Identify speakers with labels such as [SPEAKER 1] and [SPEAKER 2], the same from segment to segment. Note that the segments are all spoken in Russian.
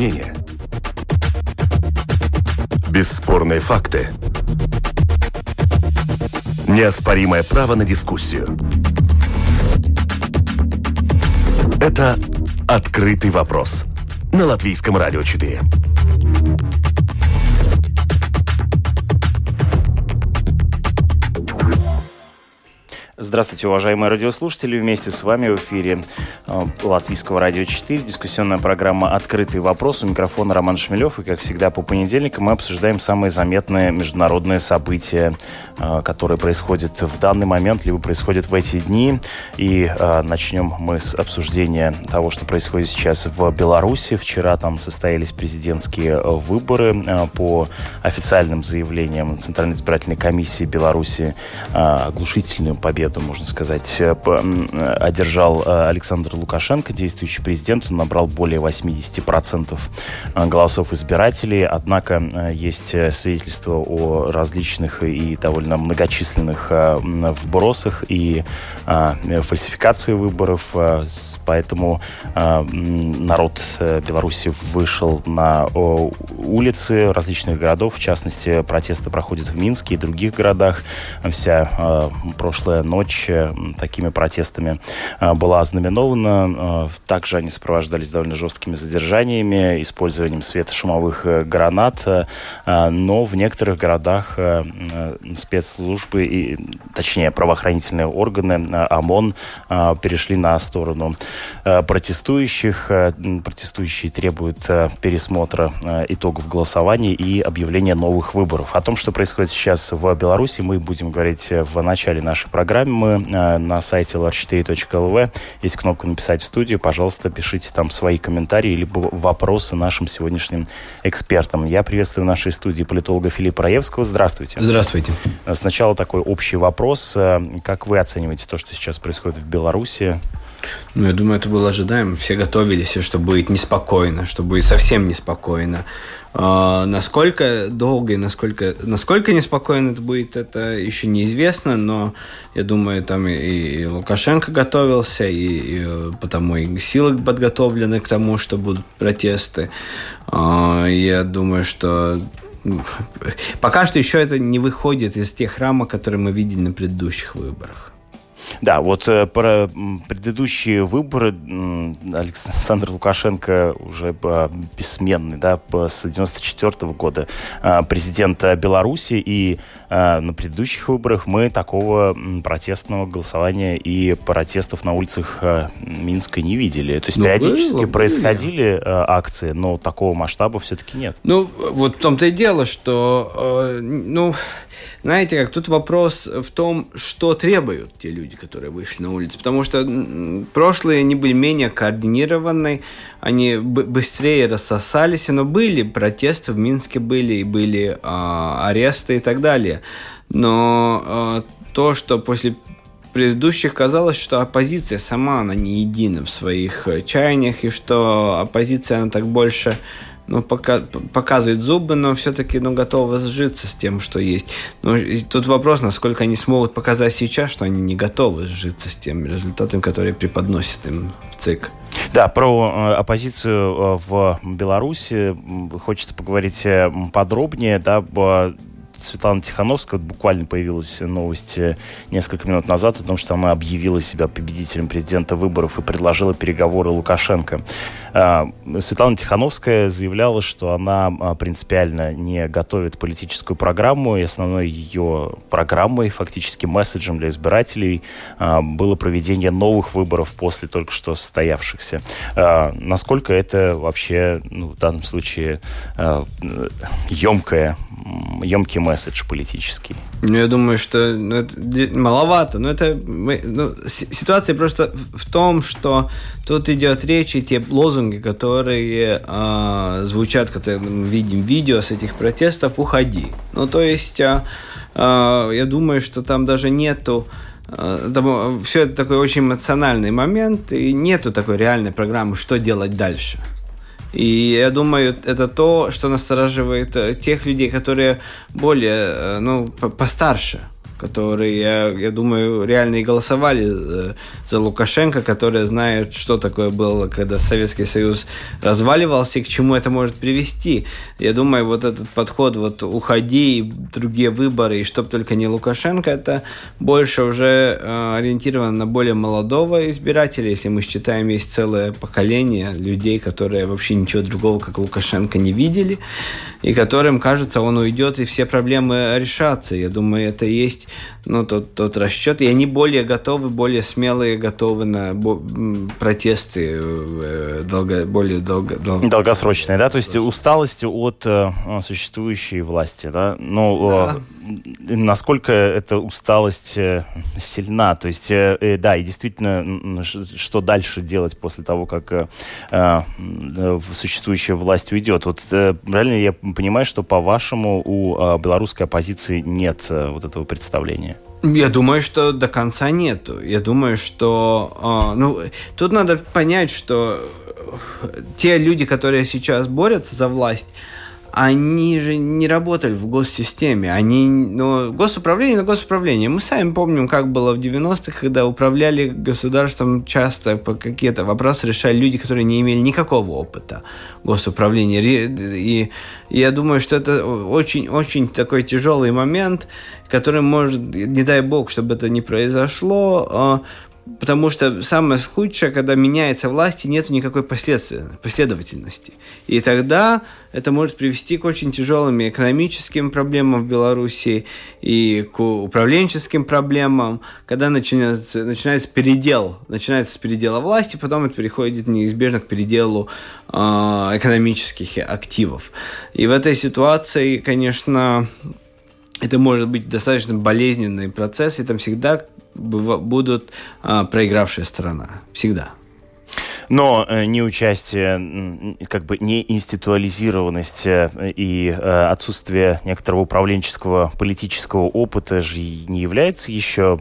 [SPEAKER 1] мнение. Бесспорные факты. Неоспоримое право на дискуссию. Это «Открытый вопрос» на Латвийском радио 4.
[SPEAKER 2] Здравствуйте, уважаемые радиослушатели. Вместе с вами в эфире Латвийского радио 4. Дискуссионная программа «Открытый вопрос». У микрофона Роман Шмелев. И, как всегда, по понедельникам мы обсуждаем самые заметные международные события, которые происходят в данный момент, либо происходят в эти дни. И начнем мы с обсуждения того, что происходит сейчас в Беларуси. Вчера там состоялись президентские выборы. По официальным заявлениям Центральной избирательной комиссии Беларуси оглушительную победу, можно сказать, одержал Александр Лукашенко, действующий президент. Он набрал более 80% голосов избирателей. Однако есть свидетельства о различных и довольно многочисленных вбросах и фальсификации выборов. Поэтому народ Беларуси вышел на улицы различных городов. В частности, протесты проходят в Минске и других городах. Вся прошлая ночь такими протестами была ознаменована. Также они сопровождались довольно жесткими задержаниями, использованием светошумовых гранат. Но в некоторых городах спецслужбы, точнее правоохранительные органы, ОМОН, перешли на сторону протестующих. Протестующие требуют пересмотра итогов голосования и объявления новых выборов. О том, что происходит сейчас в Беларуси, мы будем говорить в начале нашей программы. На сайте lr4.lv есть кнопка «Написать в студию». Пожалуйста, пишите там свои комментарии либо вопросы нашим сегодняшним экспертам. Я приветствую в нашей студии политолога Филиппа Раевского. Здравствуйте.
[SPEAKER 3] Здравствуйте.
[SPEAKER 2] Сначала такой общий вопрос. Как вы оцениваете то, что сейчас происходит в Беларуси?
[SPEAKER 3] Я думаю, это было ожидаемо. Все готовились, что будет неспокойно, что будет совсем неспокойно. Насколько долго и насколько неспокойно это будет, это еще неизвестно, но я думаю, там и Лукашенко готовился, и потому и силы подготовлены к тому, что будут протесты. Я думаю, что пока что еще это не выходит из тех рамок, которые мы видели на предыдущих выборах.
[SPEAKER 2] Да, вот про предыдущие выборы Александр Лукашенко уже бессменный, да, с 1994 года президент Беларуси, и на предыдущих выборах мы такого протестного голосования и протестов на улицах Минска не видели. То есть периодически происходили акции, но такого масштаба все-таки нет.
[SPEAKER 3] Вот в том-то и дело, что, знаете, как тут вопрос в том, что требуют те люди, которые вышли на улицу. Потому что прошлые они были менее координированы, они быстрее рассосались, но были протесты в Минске, были аресты и так далее. Но то, что после предыдущих казалось, что оппозиция сама, она не едина в своих чаяниях, и что оппозиция, она так больше показывает зубы, но все-таки готова сжиться с тем, что есть. Но тут вопрос, насколько они смогут показать сейчас, что они не готовы сжиться с тем результатом, который преподносит им ЦИК.
[SPEAKER 2] Да, про оппозицию в Беларуси хочется поговорить подробнее. Да, Светлана Тихановская, буквально появилась новость несколько минут назад о том, что она объявила себя победителем президента выборов и предложила переговоры Лукашенко. Светлана Тихановская заявляла, что она принципиально не готовит политическую программу, и основной ее программой, фактически месседжем для избирателей, было проведение новых выборов после только что состоявшихся. Насколько это вообще, в данном случае, емкий месседж политический?
[SPEAKER 3] Я думаю, что это маловато. Но ситуация просто в том, что тут идет речь, и те лозунги, которые звучат, когда мы видим видео с этих протестов, «Уходи». Я думаю, что там даже нету... Все это такой очень эмоциональный момент, и нету такой реальной программы, что делать дальше. И я думаю, это то, что настораживает тех людей, которые более, постарше, которые, я думаю, реально и голосовали за Лукашенко, которые знают, что такое было, когда Советский Союз разваливался и к чему это может привести. Я думаю, вот этот подход, вот уходи, другие выборы, и чтоб только не Лукашенко, это больше уже ориентировано на более молодого избирателя. Если мы считаем, есть целое поколение людей, которые вообще ничего другого, как Лукашенко, не видели, и которым, кажется, он уйдет, и все проблемы решатся. Я думаю, это и есть тот расчет. И они более готовы, более смелые, готовы на протесты
[SPEAKER 2] долгосрочные, да? То есть усталость от существующей власти, да?
[SPEAKER 3] Да.
[SPEAKER 2] Насколько эта усталость сильна? То есть, да, и действительно, что дальше делать после того, как существующая власть уйдет? Вот правильно я понимаю, что, по-вашему, у белорусской оппозиции нет вот этого представления?
[SPEAKER 3] Я думаю, что до конца нету. Я думаю, что... тут надо понять, что те люди, которые сейчас борются за власть, они же не работали в госсистеме. Госуправление. Мы сами помним, как было в 90-х, когда управляли государством часто по какие-то вопросы решали люди, которые не имели никакого опыта госуправления. И я думаю, что это очень-очень такой тяжелый момент, который может, не дай бог, чтобы это не произошло, потому что самое худшее, когда меняется власть, и нет никакой последовательности. И тогда это может привести к очень тяжелым экономическим проблемам в Беларуси и к управленческим проблемам, когда начинается передел. Начинается с передела власти, потом это переходит неизбежно к переделу экономических активов. И в этой ситуации, конечно, это может быть достаточно болезненный процесс, и там всегда будут проигравшая сторона. Всегда.
[SPEAKER 2] Но неучастие, неинституализированность и отсутствие некоторого управленческого политического опыта же не является еще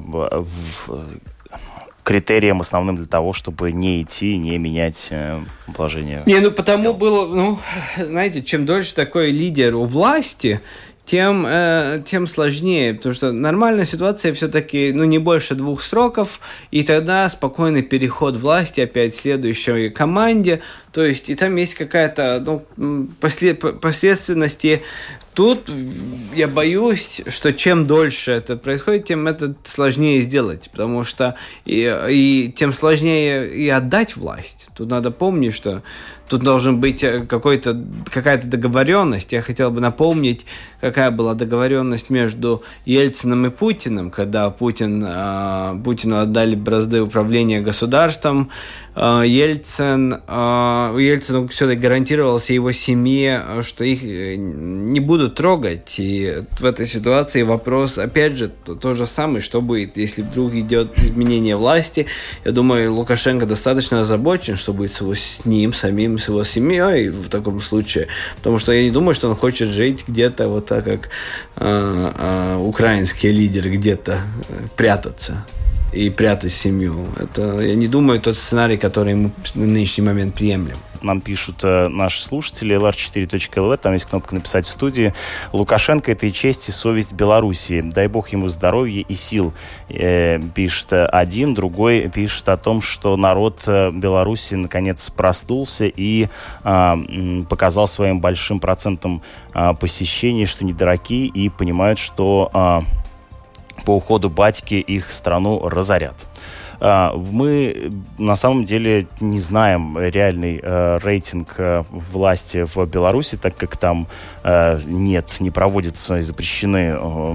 [SPEAKER 2] критерием основным для того, чтобы не идти, не менять положение.
[SPEAKER 3] Знаете, чем дольше такой лидер у власти, тем сложнее, потому что нормальная ситуация все-таки не больше 2 сроков, и тогда спокойный переход власти опять следующей команде, то есть и там есть какая-то последственность. Тут я боюсь, что чем дольше это происходит, тем это сложнее сделать, потому что и тем сложнее и отдать власть. Тут надо помнить, что тут должна быть какая-то договоренность. Я хотел бы напомнить, какая была договоренность между Ельциным и Путиным, когда Путину отдали бразды управления государством. Ельцину все-таки гарантировался его семье, что их не будут трогать. И в этой ситуации вопрос, опять же, то же самое, что будет, если вдруг идет изменение власти. Я думаю, Лукашенко достаточно озабочен, что будет с ним самим, с его семьей в таком случае. Потому что я не думаю, что он хочет жить где-то вот так, как украинские лидеры, где-то прятаться и прятать семью. Это, я не думаю, тот сценарий, который мы в нынешний момент приемлем.
[SPEAKER 2] Нам пишут наши слушатели, lr4.lv, там есть кнопка «Написать в студии». Лукашенко – это и честь, и совесть Белоруссии. Дай бог ему здоровья и сил, пишет один. Другой пишет о том, что народ Беларуси наконец проснулся и показал своим большим процентом посещений, что не дураки, и понимают, что по уходу батьки их страну разорят. Мы на самом деле не знаем реальный рейтинг власти в Беларуси, так как там не проводятся и запрещены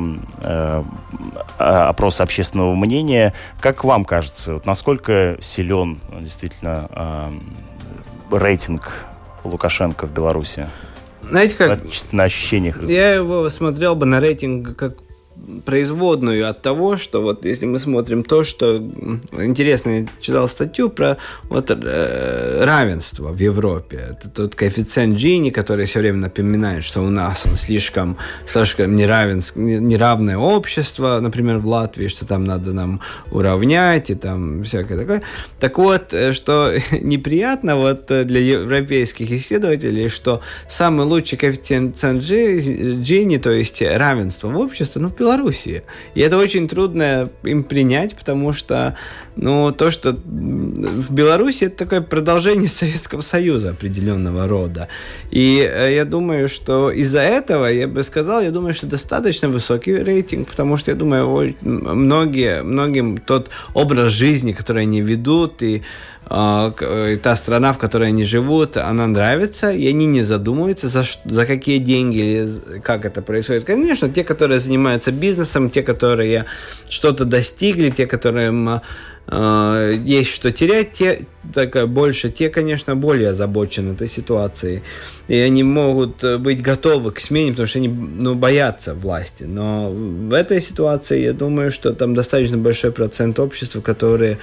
[SPEAKER 2] опросы общественного мнения. Как вам кажется, вот насколько силен действительно рейтинг Лукашенко в Беларуси?
[SPEAKER 3] Знаете как?
[SPEAKER 2] На ощущениях.
[SPEAKER 3] Я его смотрел бы на рейтинг как производную от того, что вот если мы смотрим то, что интересно, я читал статью про равенство в Европе. Это тот коэффициент Джини, который все время напоминает, что у нас он слишком неравное общество, например, в Латвии, что там надо нам уравнять и там всякое такое. Так вот, что неприятно вот для европейских исследователей, что самый лучший коэффициент Джини, то есть равенство в обществе, в Белоруссии. И это очень трудно им принять, потому что, то, что в Беларуси, это такое продолжение Советского Союза определенного рода. И я думаю, что из-за этого, я думаю, что достаточно высокий рейтинг, потому что, я думаю, многим тот образ жизни, который они ведут, и та страна, в которой они живут, она нравится, и они не задумываются, за какие деньги или как это происходит. Конечно, те, которые занимаются бизнесом, те, которые что-то достигли, те, которым есть что терять, те, конечно, более озабочены этой ситуацией. И они могут быть готовы к смене, потому что они боятся власти. Но в этой ситуации, я думаю, что там достаточно большой процент общества, которые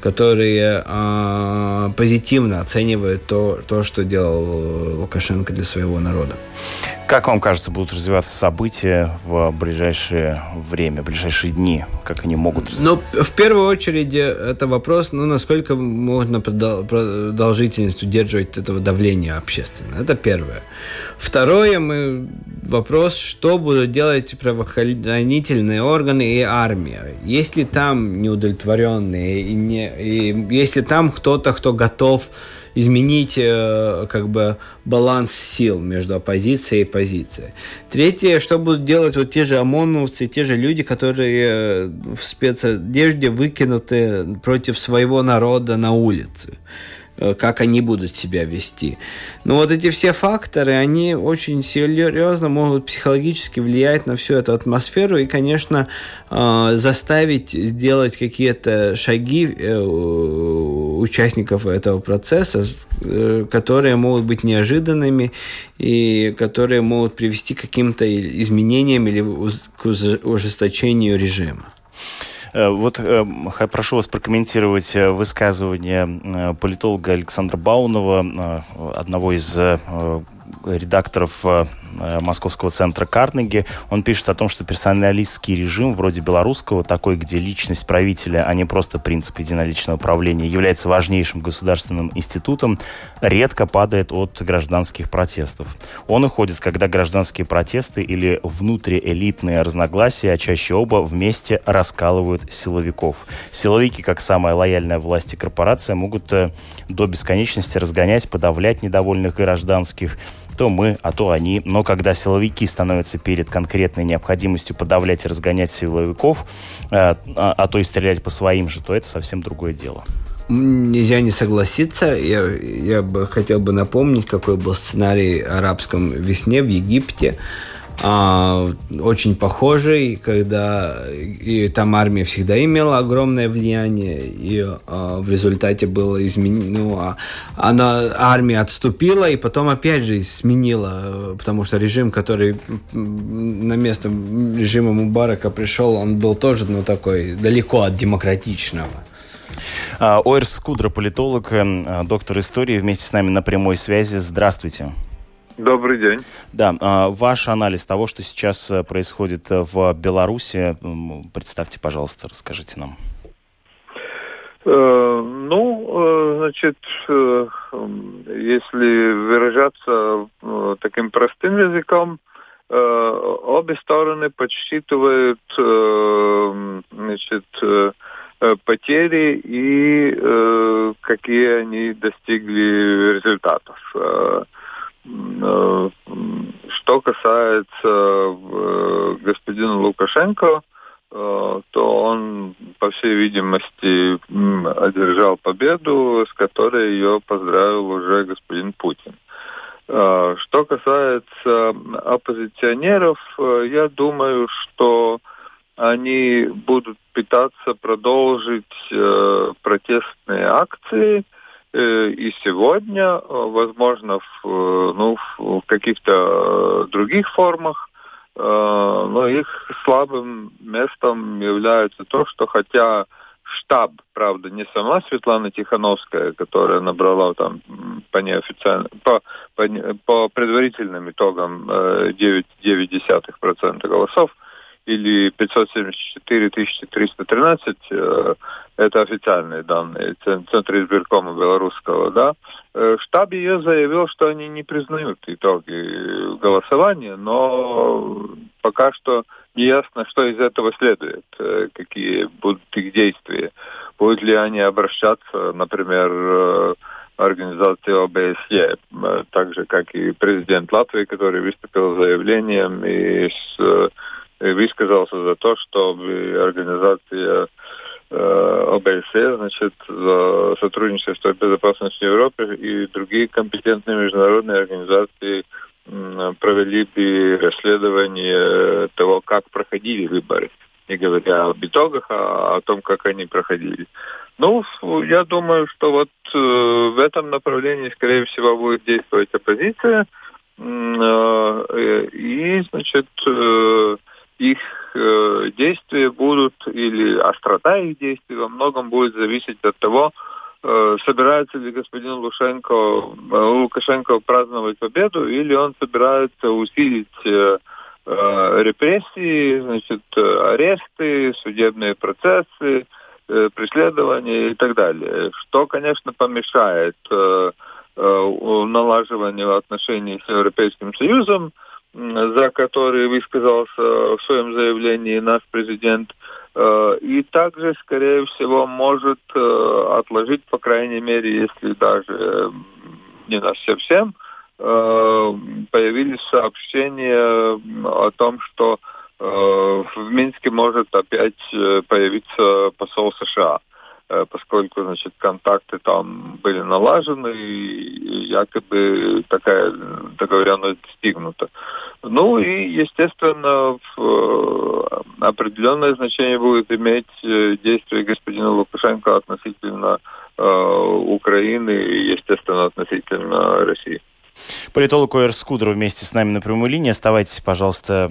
[SPEAKER 3] позитивно оценивают то, что делал Лукашенко для своего народа.
[SPEAKER 2] Как вам кажется, будут развиваться события в ближайшее время, в ближайшие дни? Как они могут развиваться?
[SPEAKER 3] В первую очередь, это вопрос, насколько можно продолжительность удерживать этого давления общественного. Это первое. Второе, вопрос, что будут делать правоохранительные органы и армия. Если там неудовлетворенные, и если там кто-то, кто готов изменить баланс сил между оппозицией и позицией. Третье, что будут делать те же ОМОНовцы, те же люди, которые в спецодежде выкинуты против своего народа на улице. Как они будут себя вести. Эти все факторы, они очень серьезно могут психологически влиять на всю эту атмосферу и, конечно, заставить сделать какие-то шаги участников этого процесса, которые могут быть неожиданными и которые могут привести к каким-то изменениям или к ужесточению режима.
[SPEAKER 2] Прошу вас прокомментировать высказывание политолога Александра Баунова, одного из редакторов Московского центра Карнеги. Он пишет о том, что персоналистский режим вроде белорусского, такой, где личность правителя, а не просто принцип единоличного правления, является важнейшим государственным институтом, редко падает от гражданских протестов. Он уходит, когда гражданские протесты или внутриэлитные разногласия, а чаще оба, вместе раскалывают силовиков. Силовики, как самая лояльная власти корпорация, могут до бесконечности разгонять, подавлять недовольных гражданских, то мы, а то они. Но когда силовики становятся перед конкретной необходимостью подавлять и разгонять силовиков, а то и стрелять по своим же, то это совсем другое дело.
[SPEAKER 3] Нельзя не согласиться. Я бы хотел напомнить, какой был сценарий арабском весне в Египте. Очень похожий, когда и там армия всегда имела огромное влияние, и в результате было армия отступила и потом опять же сменила, потому что режим, который на место режима Мубарака пришел, он был тоже такой далеко от демократичного.
[SPEAKER 2] Ойрс Скудра, политолог, доктор истории, вместе с нами на прямой связи. Здравствуйте.
[SPEAKER 4] Добрый день.
[SPEAKER 2] Да, ваш анализ того, что сейчас происходит в Беларуси, представьте, пожалуйста, расскажите нам.
[SPEAKER 4] Если выражаться таким простым языком, обе стороны подсчитывают, потери и какие они достигли результатов. Что касается господина Лукашенко, то он, по всей видимости, одержал победу, с которой ее поздравил уже господин Путин. Что касается оппозиционеров, я думаю, что они будут пытаться продолжить протестные акции, и сегодня, возможно, в каких-то других формах, но их слабым местом является то, что хотя штаб, правда, не сама Светлана Тихановская, которая набрала там по предварительным итогам 9,9% голосов, или 574 313, это официальные данные Центра избиркома белорусского, да. Штаб ЕС заявил, что они не признают итоги голосования, но пока что не ясно, что из этого следует, какие будут их действия. Будут ли они обращаться, например, организации ОБСЕ, так же, как и президент Латвии, который выступил с заявлением и высказался за то, чтобы организация ОБСЕ, значит, за сотрудничество в безопасности Европы и другие компетентные международные организации провели бы расследование того, как проходили выборы, не говоря об итогах, а о том, как они проходили. Ну, я думаю, что вот в этом направлении, скорее всего, будет действовать оппозиция, и, значит, их действия будут, или острота их действий во многом будет зависеть от того, собирается ли господин Лукашенко праздновать победу, или он собирается усилить репрессии, значит, аресты, судебные процессы, преследования и так далее. Что, конечно, помешает налаживанию отношений с Европейским Союзом, за который высказался в своем заявлении наш президент, и также, скорее всего, может отложить, по крайней мере, если даже не на совсем, появились сообщения о том, что в Минске может опять появиться посол США, поскольку, значит, контакты там были налажены и якобы такая договоренность достигнута. Ну и, естественно, определенное значение будет иметь действия господина Лукашенко относительно Украины и, естественно, относительно России.
[SPEAKER 2] Политолог Оир Скудра вместе с нами на прямой линии. Оставайтесь, пожалуйста,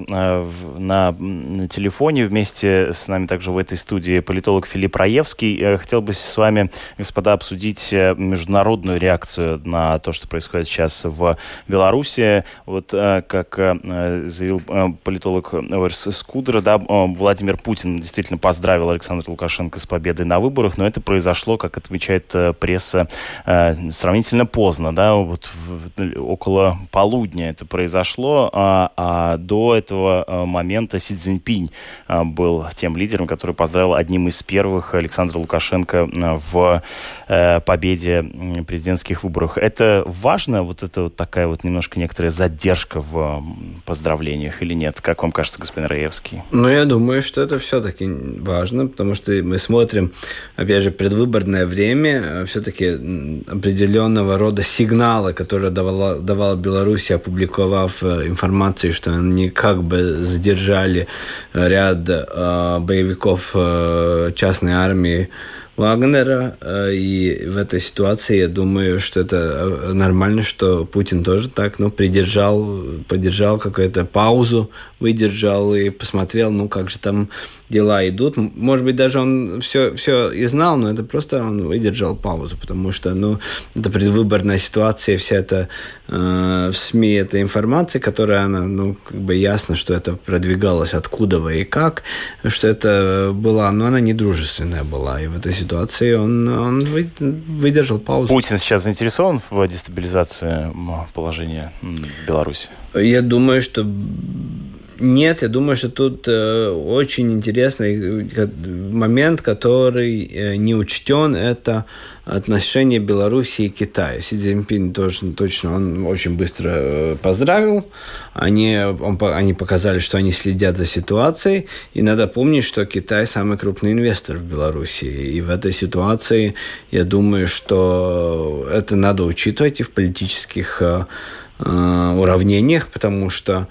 [SPEAKER 2] на телефоне. Вместе с нами также в этой студии политолог Филипп Раевский. Хотел бы с вами, господа, обсудить международную реакцию на то, что происходит сейчас в Беларуси. Вот как заявил политолог Оир Скудра, да, Владимир Путин действительно поздравил Александра Лукашенко с победой на выборах, но это произошло, как отмечает пресса, сравнительно поздно, да, вот около полудня это произошло, а до этого момента Си Цзиньпинь был тем лидером, который поздравил одним из первых Александра Лукашенко в победе в президентских выборах. Это важно, вот это вот такая вот немножко некоторая задержка в поздравлениях или нет? Как вам кажется, господин Раевский?
[SPEAKER 3] Ну, я думаю, что это все-таки важно, потому что мы смотрим, опять же, предвыборное время, все-таки определенного рода сигналы, которые давала Беларусь, опубликовав информацию, что они как бы задержали ряд боевиков частной армии Вагнера, и в этой ситуации я думаю, что это нормально, что Путин тоже так, поддержал какую-то паузу, выдержал и посмотрел, как же там дела идут. Может быть, даже он все и знал, но это просто он выдержал паузу, потому что, это предвыборная ситуация, вся эта в СМИ эта информация, которая, она, ясно, что это продвигалось откуда и как, что это была, она недружественная была, и в этой ситуации он выдержал паузу.
[SPEAKER 2] Путин сейчас заинтересован в дестабилизации положения в Беларуси?
[SPEAKER 3] Я думаю, что нет, я думаю, что тут очень интересный момент, который не учтен, это отношения Беларуси и Китая. Си Цзиньпин точно, он очень быстро поздравил. Они показали, что они следят за ситуацией. И надо помнить, что Китай самый крупный инвестор в Беларуси. И в этой ситуации, я думаю, что это надо учитывать и в политических уравнениях, потому что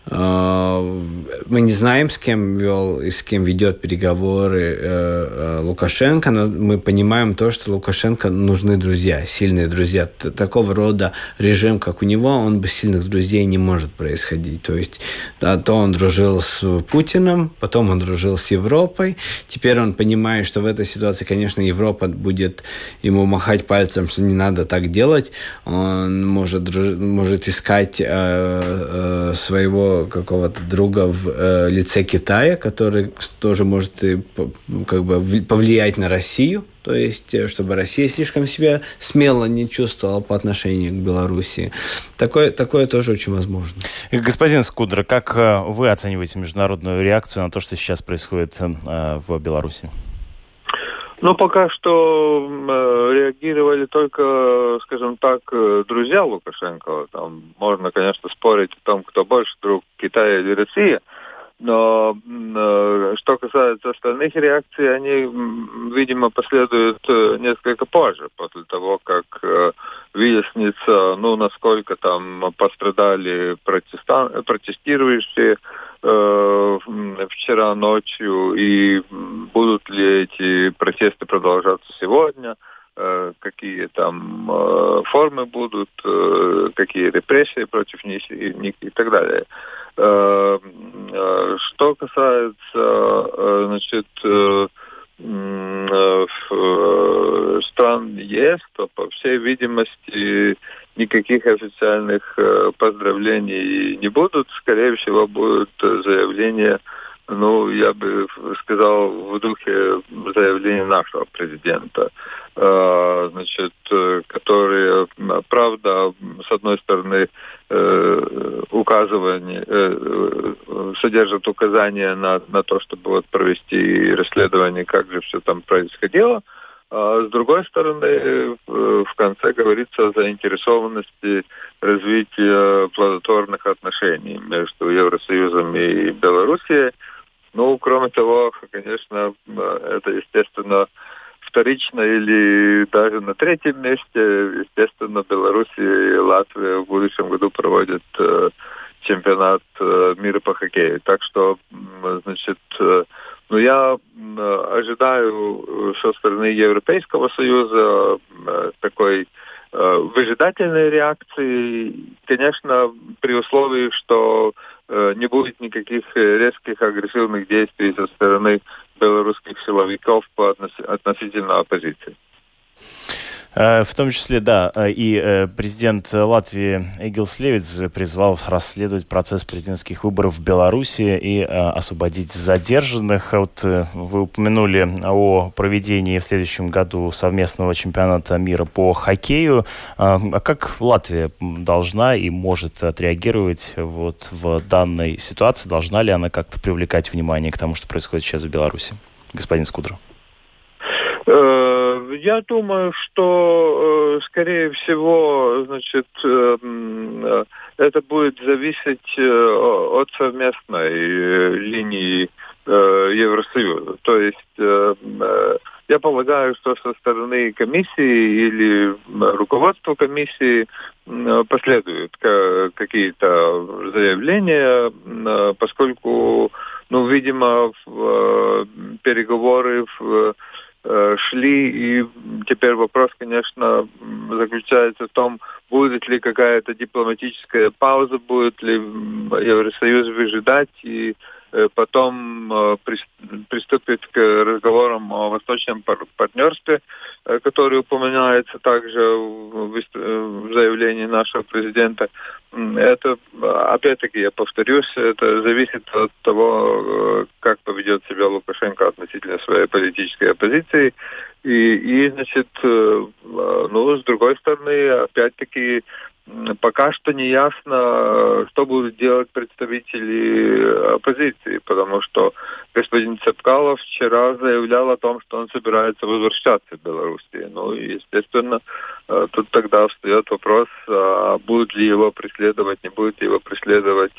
[SPEAKER 3] мы не знаем, с кем вел и с кем ведет переговоры Лукашенко, но мы понимаем то, что Лукашенко нужны друзья, сильные друзья. Такого рода режим, как у него, он без сильных друзей не может происходить. То есть, то он дружил с Путиным, потом он дружил с Европой. Теперь он понимает, что в этой ситуации, конечно, Европа будет ему махать пальцем, что не надо так делать. Он может искать своего какого-то друга в лице Китая, который тоже может как бы повлиять на Россию, то есть чтобы Россия слишком себя смело не чувствовала по отношению к Белоруссии. Такое тоже очень возможно.
[SPEAKER 2] Господин Скудра, как вы оцениваете международную реакцию на то, что сейчас происходит в Беларуси?
[SPEAKER 4] Ну, пока что реагировали только, скажем так, друзья Лукашенко. Там можно, конечно, спорить о том, кто больше друг, Китай или Россия. Но что касается остальных реакций, они, видимо, последуют несколько позже, после того, как выяснится, насколько там пострадали протестирующие вчера ночью, и будут ли эти протесты продолжаться сегодня, какие там формы будут, какие репрессии против них и так далее. Что касается, стран ЕС, то, по всей видимости, никаких официальных поздравлений не будут. Скорее всего, будут заявления, я бы сказал, в духе заявления нашего президента, которые, правда, с одной стороны, содержат указания на то, чтобы провести расследование, как же все там происходило. А с другой стороны, в конце говорится о заинтересованности развития плодотворных отношений между Евросоюзом и Белоруссией. Кроме того, конечно, это, естественно, вторично или даже на третьем месте. Естественно, Белоруссия и Латвия в будущем году проводят чемпионат мира по хоккею. Так что, я ожидаю со стороны Европейского Союза такой выжидательной реакции, конечно, при условии, что не будет никаких резких агрессивных действий со стороны белорусских силовиков относительно оппозиции.
[SPEAKER 2] В том числе, да, и президент Латвии Эгилс Левитс призвал расследовать процесс президентских выборов в Беларуси и освободить задержанных. Вот вы упомянули о проведении в следующем году совместного чемпионата мира по хоккею. А как Латвия должна и может отреагировать в данной ситуации? Должна ли она как-то привлекать внимание к тому, что происходит сейчас в Беларуси? Господин Скудра.
[SPEAKER 4] Я думаю, что, скорее всего, это будет зависеть от совместной линии Евросоюза. То есть, я полагаю, что со стороны комиссии или руководства комиссии последуют какие-то заявления, поскольку, видимо, переговоры шли, и теперь вопрос, конечно, заключается в том, будет ли какая-то дипломатическая пауза, будет ли Евросоюз выжидать и потом приступит к разговорам о восточном партнерстве, который упоминается также в заявлении нашего президента. Это, опять-таки, я повторюсь, это зависит от того, как поведет себя Лукашенко относительно своей политической оппозиции. И с другой стороны, опять-таки, пока что не ясно, что будут делать представители оппозиции, потому что господин Цепкалов вчера заявлял о том, что он собирается возвращаться в Белоруссию. Естественно, тут тогда встает вопрос, будут ли его преследовать, не будут ли его преследовать,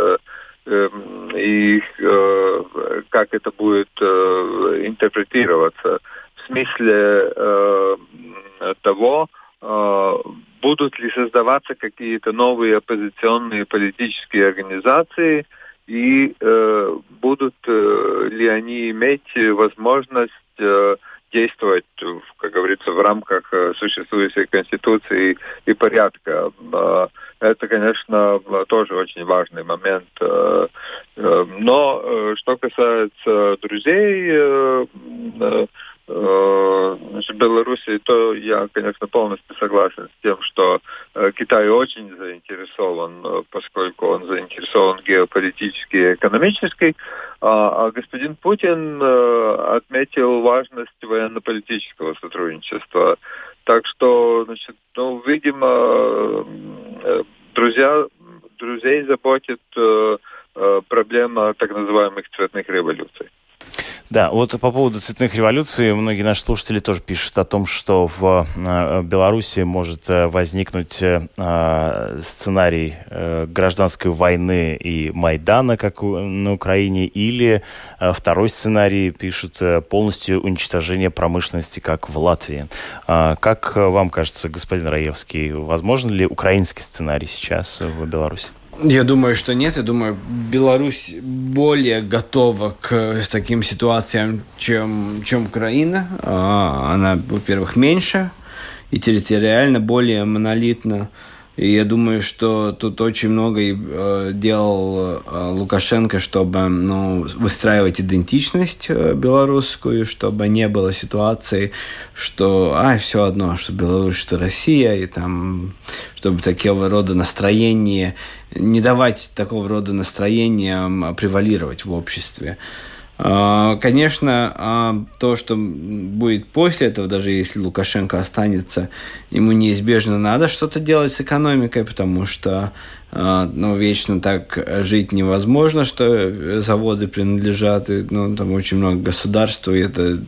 [SPEAKER 4] и как это будет интерпретироваться. В смысле того, будут ли создаваться какие-то новые оппозиционные политические организации и будут ли они иметь возможность действовать, как говорится, в рамках существующей Конституции и порядка. Это, конечно, тоже очень важный момент. Но что касается друзей Белоруссии, то я, конечно, полностью согласен с тем, что Китай очень заинтересован, поскольку он заинтересован геополитически и экономически, а господин Путин отметил важность военно-политического сотрудничества. Так что, видимо, друзей заботит проблема так называемых цветных революций.
[SPEAKER 2] Да, вот по поводу цветных революций многие наши слушатели тоже пишут о том, что в Беларуси может возникнуть сценарий гражданской войны и Майдана, как на Украине, или второй сценарий пишут полностью уничтожение промышленности, как в Латвии. Как вам кажется, господин Раевский, возможен ли украинский сценарий сейчас в Беларуси?
[SPEAKER 3] Я думаю, что нет. Я думаю, Беларусь более готова к таким ситуациям, чем Украина. Она, во-первых, меньше и территориально более монолитна. И я думаю, что тут очень много делал Лукашенко, чтобы выстраивать идентичность белорусскую, чтобы не было ситуации, что все одно, что Беларусь, что Россия, и там, чтобы такого рода настроения, не давать такого рода настроения превалировать в обществе. Конечно, то, что будет после этого, даже если Лукашенко останется, ему неизбежно надо что-то делать с экономикой, потому что вечно так жить невозможно, что заводы принадлежат, там очень много государству, и это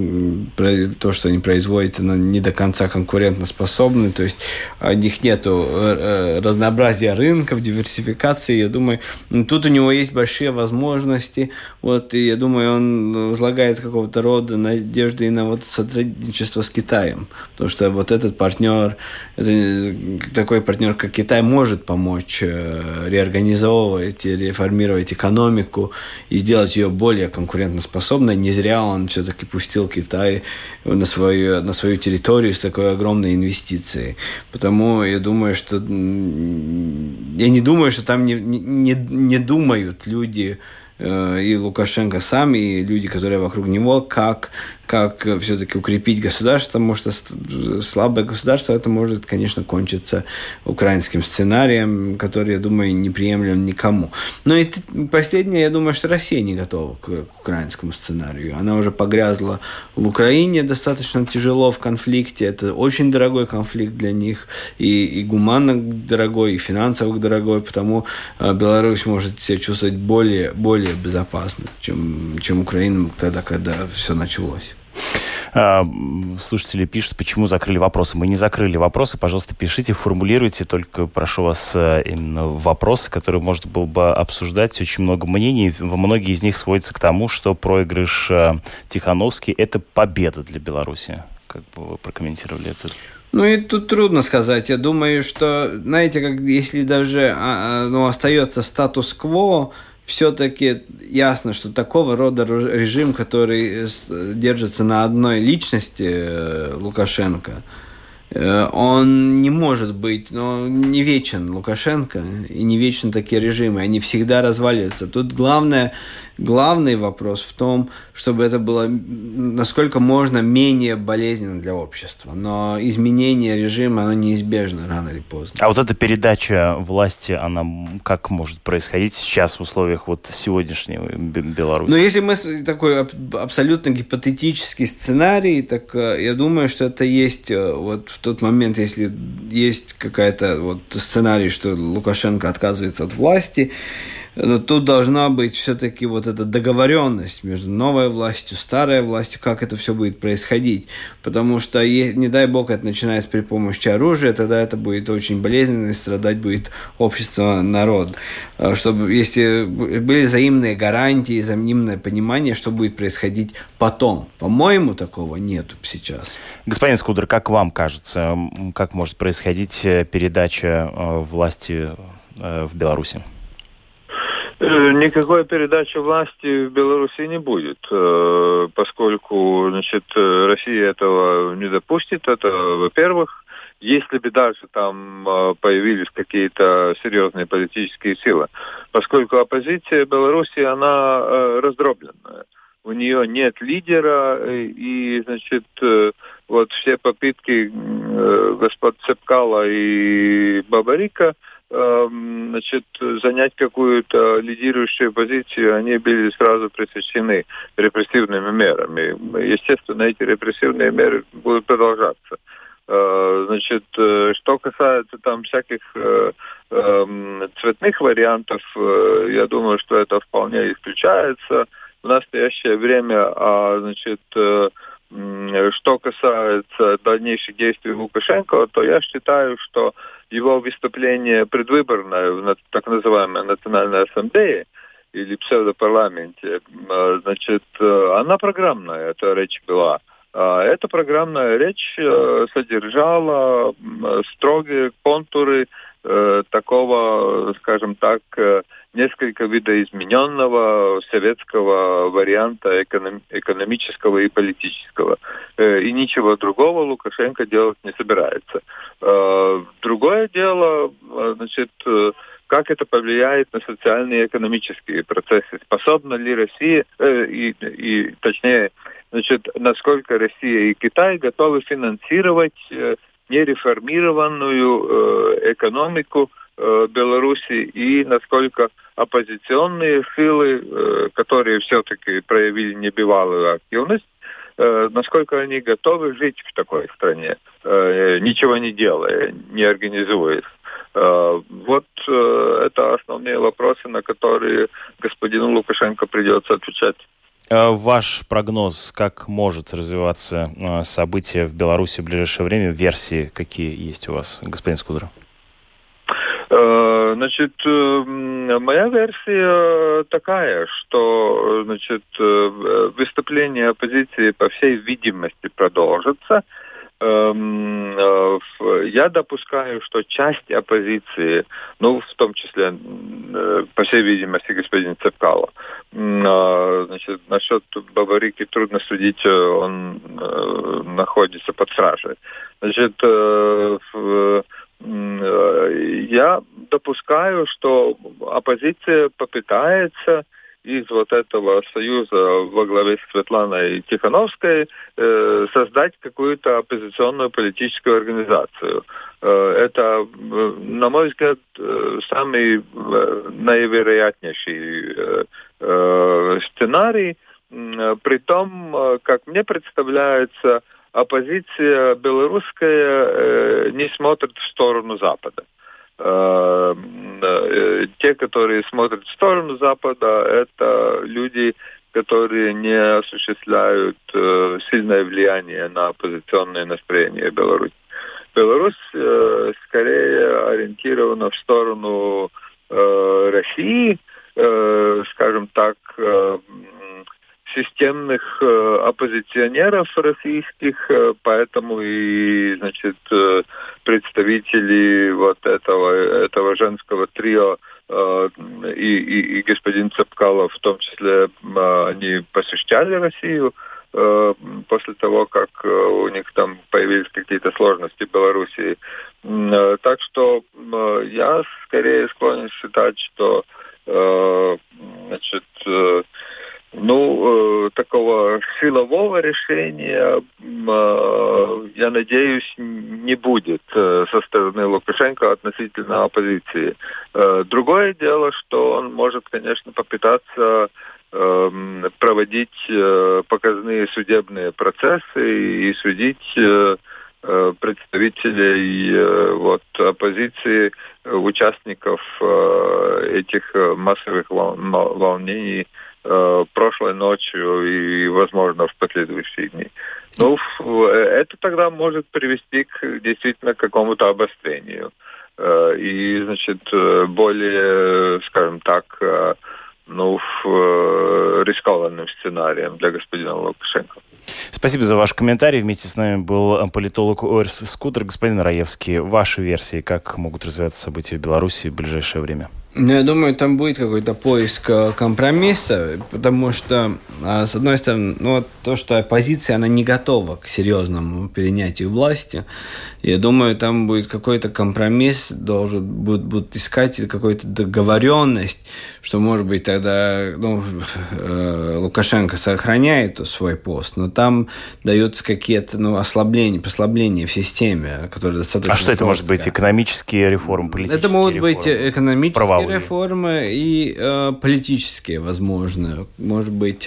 [SPEAKER 3] то, что они производят, оно не до конца конкурентоспособно, то есть у них нету разнообразия рынков, диверсификации. Я думаю, тут у него есть большие возможности, и я думаю, он возлагает какого-то рода надежды и на сотрудничество с Китаем, потому что этот партнер, такой партнер, как Китай, может помочь реорганизовывать и реформировать экономику и сделать ее более конкурентоспособной. Не зря он все-таки пустил Китай на свою территорию с такой огромной инвестицией. Потому я думаю, что я не думаю, что там не думают люди, и Лукашенко сам, и люди, которые вокруг него, как все-таки укрепить государство, потому что слабое государство, это может, конечно, кончиться украинским сценарием, который, я думаю, неприемлем никому. Но и последнее, я думаю, что Россия не готова к украинскому сценарию. Она уже погрязла в Украине достаточно тяжело в конфликте. Это очень дорогой конфликт для них, и гуманно дорогой, и финансово дорогой, потому Беларусь может себя чувствовать более безопасно, чем Украина тогда, когда все началось.
[SPEAKER 2] Слушатели пишут, почему закрыли вопросы. Мы не закрыли вопросы. Пожалуйста, пишите, формулируйте. Только прошу вас именно вопросы, которые можно было бы обсуждать. Очень много мнений. Многие из них сводятся к тому, что проигрыш Тихановский – это победа для Беларуси. Как бы вы прокомментировали это?
[SPEAKER 3] И тут трудно сказать. Я думаю, что, знаете, если даже остается статус-кво, все-таки ясно, что такого рода режим, который держится на одной личности, Лукашенко, он не может быть, не вечен Лукашенко, и не вечны такие режимы, они всегда разваливаются. Тут главный вопрос в том, чтобы это было насколько можно менее болезненно для общества. Но изменение режима, оно неизбежно рано или поздно.
[SPEAKER 2] А эта передача власти, она как может происходить сейчас в условиях сегодняшней Беларуси?
[SPEAKER 3] Если мы такой абсолютно гипотетический сценарий, так я думаю, что это есть в тот момент, если есть какая-то сценарий, что Лукашенко отказывается от власти, но тут должна быть все-таки эта договоренность между новой властью, старой властью, как это все будет происходить. Потому что, не дай бог, это начинается при помощи оружия, тогда это будет очень болезненно, и страдать будет общество, народ. Чтобы, если были взаимные гарантии, взаимное понимание, что будет происходить потом. По-моему, такого нету сейчас.
[SPEAKER 2] Господин Скудер, как вам кажется, как может происходить передача власти в Беларуси?
[SPEAKER 4] Никакой передачи власти в Беларуси не будет, поскольку, Россия этого не допустит. Это, во-первых, если бы даже там появились какие-то серьезные политические силы, поскольку оппозиция Беларуси, она раздробленная. у нее нет лидера, и, значит, вот все попытки господ Цепкало и Бабарика, значит, занять какую-то лидирующую позицию, они были сразу пресечены репрессивными мерами. Естественно, эти репрессивные меры будут продолжаться. Значит, что касается там всяких цветных вариантов, я думаю, что это вполне исключается в настоящее время. Значит, что касается дальнейших действий Лукашенко, то я считаю, что его выступление предвыборное в так называемой Национальной ассамблее или псевдопарламенте, значит, она программная, эта речь была. Эта программная речь содержала строгие контуры такого, скажем так, несколько видоизмененного советского варианта экономического и политического. И ничего другого Лукашенко делать не собирается. Другое дело, значит, как это повлияет на социальные и экономические процессы. Способна ли Россия, точнее, значит, насколько Россия и Китай готовы финансировать нереформированную экономику Беларуси и насколько оппозиционные силы, которые все-таки проявили небывалую активность, насколько они готовы жить в такой стране, ничего не делая, не организуясь. Вот это основные вопросы, на которые господину Лукашенко придется отвечать.
[SPEAKER 2] Ваш прогноз, как может развиваться события в Беларуси в ближайшее время, версии какие есть у вас, господин Скудра?
[SPEAKER 4] Значит, моя версия такая, что, значит, выступление оппозиции, по всей видимости, продолжится. Я допускаю, что часть оппозиции, ну, в том числе, по всей видимости, господин Цепкало, значит, насчет Бабарики трудно судить, он находится под стражей. Значит, я допускаю, что оппозиция попытается из вот этого союза во главе с Светланой Тихановской создать какую-то оппозиционную политическую организацию. Это, на мой взгляд, самый наивероятнейший сценарий. При том, как мне представляется, оппозиция белорусская не смотрит в сторону Запада. Те, которые смотрят в сторону Запада, это люди, которые не осуществляют сильное влияние на оппозиционное настроение Беларуси. Беларусь скорее ориентирована в сторону России, скажем так, системных оппозиционеров российских, поэтому и, значит, представители вот этого женского трио и господин Цепкало в том числе, они посещали Россию после того, как у них там появились какие-то сложности в Белоруссии. Так что я скорее склонен считать, что, значит, такого силового решения, я надеюсь, не будет со стороны Лукашенко относительно оппозиции. Другое дело, что он может, конечно, попытаться проводить показные судебные процессы и судить представителей оппозиции, участников этих массовых волнений прошлой ночью и, возможно, в последующие дни. Это тогда может привести действительно к какому-то обострению. И, значит, более, скажем так, рискованным сценарием для господина Лукашенко.
[SPEAKER 2] Спасибо за ваш комментарий. Вместе с нами был политолог Орис Скудр. Господин Раевский, ваши версии, как могут развиваться события в Беларуси в ближайшее время?
[SPEAKER 3] Я думаю, там будет какой-то поиск компромисса, потому что, с одной стороны, то, что оппозиция, она не готова к серьезному перенятию власти. Я думаю, там будет какой-то компромисс, будут искать какую-то договоренность, что, может быть, тогда Лукашенко сохраняет свой пост, но там даются какие-то послабления в системе, которые достаточно...
[SPEAKER 2] А что это может быть? Экономические реформы, политические реформы?
[SPEAKER 3] Это могут быть экономические реформы и политические, возможно. Может быть,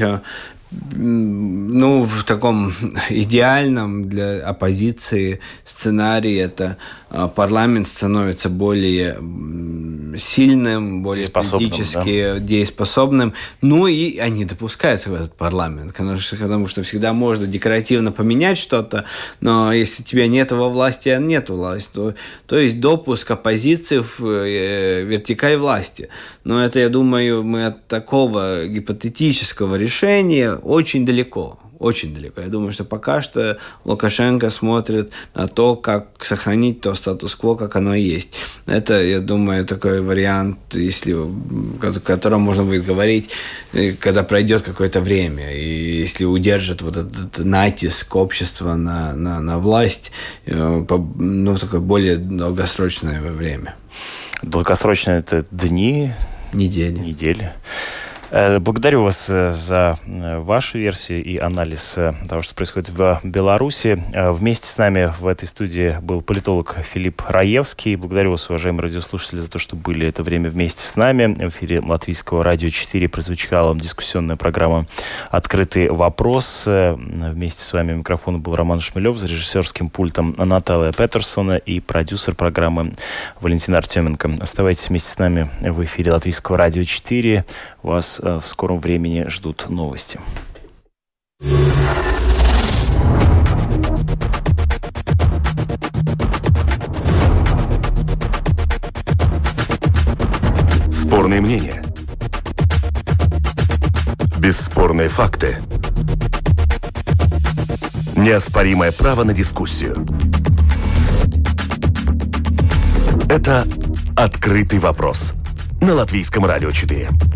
[SPEAKER 3] в таком идеальном для оппозиции сценарии это парламент становится более сильным, более политически дееспособным. И они допускаются в этот парламент, потому что всегда можно декоративно поменять что-то, но если тебя нет во власти, а нет власти, то есть допуск оппозиции в вертикаль власти. Но это, я думаю, мы от такого гипотетического решения очень далеко. Очень далеко. Я думаю, что пока что Лукашенко смотрит на то, как сохранить то статус-кво, как оно есть. Это, я думаю, такой вариант, о котором можно будет говорить, когда пройдет какое-то время. И если удержит вот этот натиск общества на власть в такое более долгосрочное время.
[SPEAKER 2] Долгосрочно это дни? Недели. Благодарю вас за вашу версию и анализ того, что происходит в Беларуси. Вместе с нами в этой студии был политолог Филипп Раевский. Благодарю вас, уважаемые радиослушатели, за то, что были это время вместе с нами. В эфире Латвийского радио 4 прозвучала дискуссионная программа «Открытый вопрос». Вместе с вами у микрофона был Роман Шмелев, за режиссерским пультом Наталья Петерсона и продюсер программы Валентин Артеменко. Оставайтесь вместе с нами в эфире Латвийского радио 4. Вас в скором времени ждут новости.
[SPEAKER 1] Спорные мнения. Бесспорные факты. Неоспоримое право на дискуссию. Это «Открытый вопрос» на Латвийском радио 4.